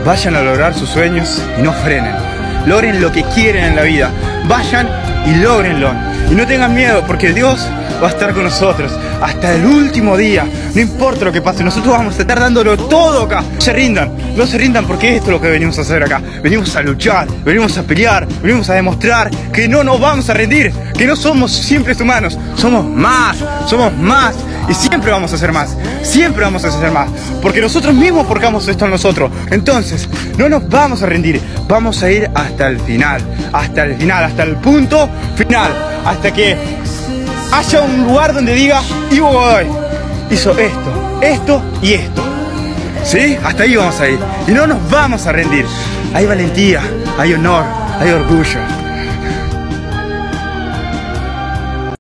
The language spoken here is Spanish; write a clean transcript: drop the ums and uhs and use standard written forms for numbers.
Vayan a lograr sus sueños y no frenen. Logren lo que quieren en la vida. Vayan y lógrenlo. Y no tengan miedo, porque Dios va a estar con nosotros hasta el último día. No importa lo que pase, nosotros vamos a estar dándolo todo acá. No se rindan, porque esto es lo que venimos a hacer acá. Venimos a luchar, venimos a pelear, venimos a demostrar que no nos vamos a rendir, que no somos simples humanos, somos más y siempre vamos a hacer más, siempre vamos a hacer más, porque nosotros mismos forjamos esto en nosotros. Entonces no nos vamos a rendir, vamos a ir hasta el final, hasta el punto final, hasta que haya un lugar donde diga Ivo Godoy hizo esto y esto. ¿Sí? Hasta ahí vamos a ir. Y no nos vamos a rendir. Hay valentía, hay honor, hay orgullo.